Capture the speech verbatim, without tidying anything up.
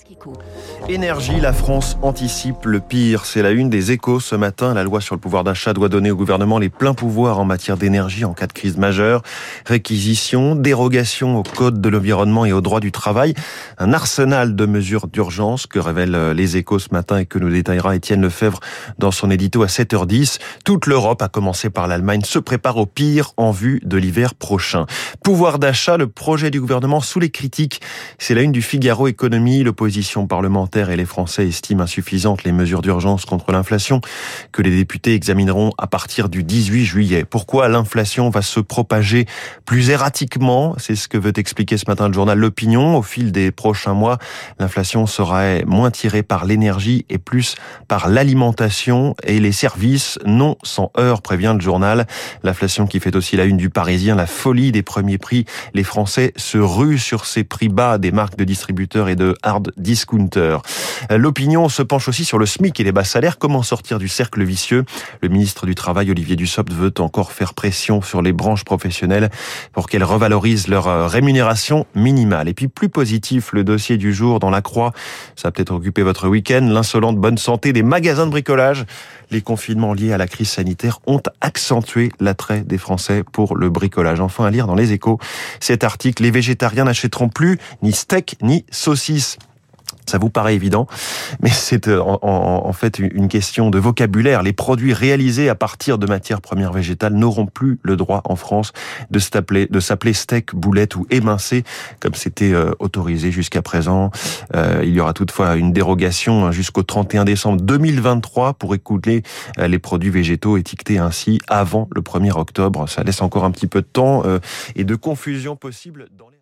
Énergie, la France anticipe le pire. C'est la une des Échos ce matin. La loi sur le pouvoir d'achat doit donner au gouvernement les pleins pouvoirs en matière d'énergie en cas de crise majeure. Réquisition, dérogation au code de l'environnement et au droit du travail. Un arsenal de mesures d'urgence que révèlent les Échos ce matin et que nous détaillera Étienne Lefebvre dans son édito à sept heures dix. Toute l'Europe, à commencer par l'Allemagne, se prépare au pire en vue de l'hiver prochain. Pouvoir d'achat, le projet du gouvernement sous les critiques. C'est la une du Figaro Économie. L'opposition parlementaire et les Français estiment insuffisantes les mesures d'urgence contre l'inflation que les députés examineront à partir du dix-huit juillet. Pourquoi l'inflation va se propager plus erratiquement? C'est ce que veut expliquer ce matin le journal L'Opinion. Au fil des prochains mois, l'inflation sera moins tirée par l'énergie et plus par l'alimentation et les services, non sans heurts, prévient le journal. L'inflation qui fait aussi la une du Parisien, la folie des premiers prix. Les Français se ruent sur ces prix bas des marques de distributeurs et de hard discounters. L'Opinion se penche aussi sur le SMIC et les bas salaires. Comment sortir du cercle vicieux? Le ministre du Travail, Olivier Dussopt, veut encore faire pression sur les branches professionnelles pour qu'elles revalorisent leur rémunération minimale. Et puis plus positif, le dossier du jour dans la Croix. Ça va peut-être occuper votre week-end. L'insolente bonne santé des magasins de bricolage. Les confinements liés à la crise sanitaire ont accentué l'attrait des Français pour le bricolage. Enfin, à lire dans les Échos, cet article, les végétariens n'achèteront plus ni steak ni saucisses. Ça vous paraît évident, mais c'est en, en, en fait une question de vocabulaire. Les produits réalisés à partir de matières premières végétales n'auront plus le droit en France de s'appeler, de s'appeler steak, boulette ou émincé, comme c'était euh, autorisé jusqu'à présent. Euh, il y aura toutefois une dérogation jusqu'au trente et un décembre deux mille vingt-trois pour écouler euh, les produits végétaux étiquetés ainsi avant le premier octobre. Ça laisse encore un petit peu de temps euh, et de confusion possible dans les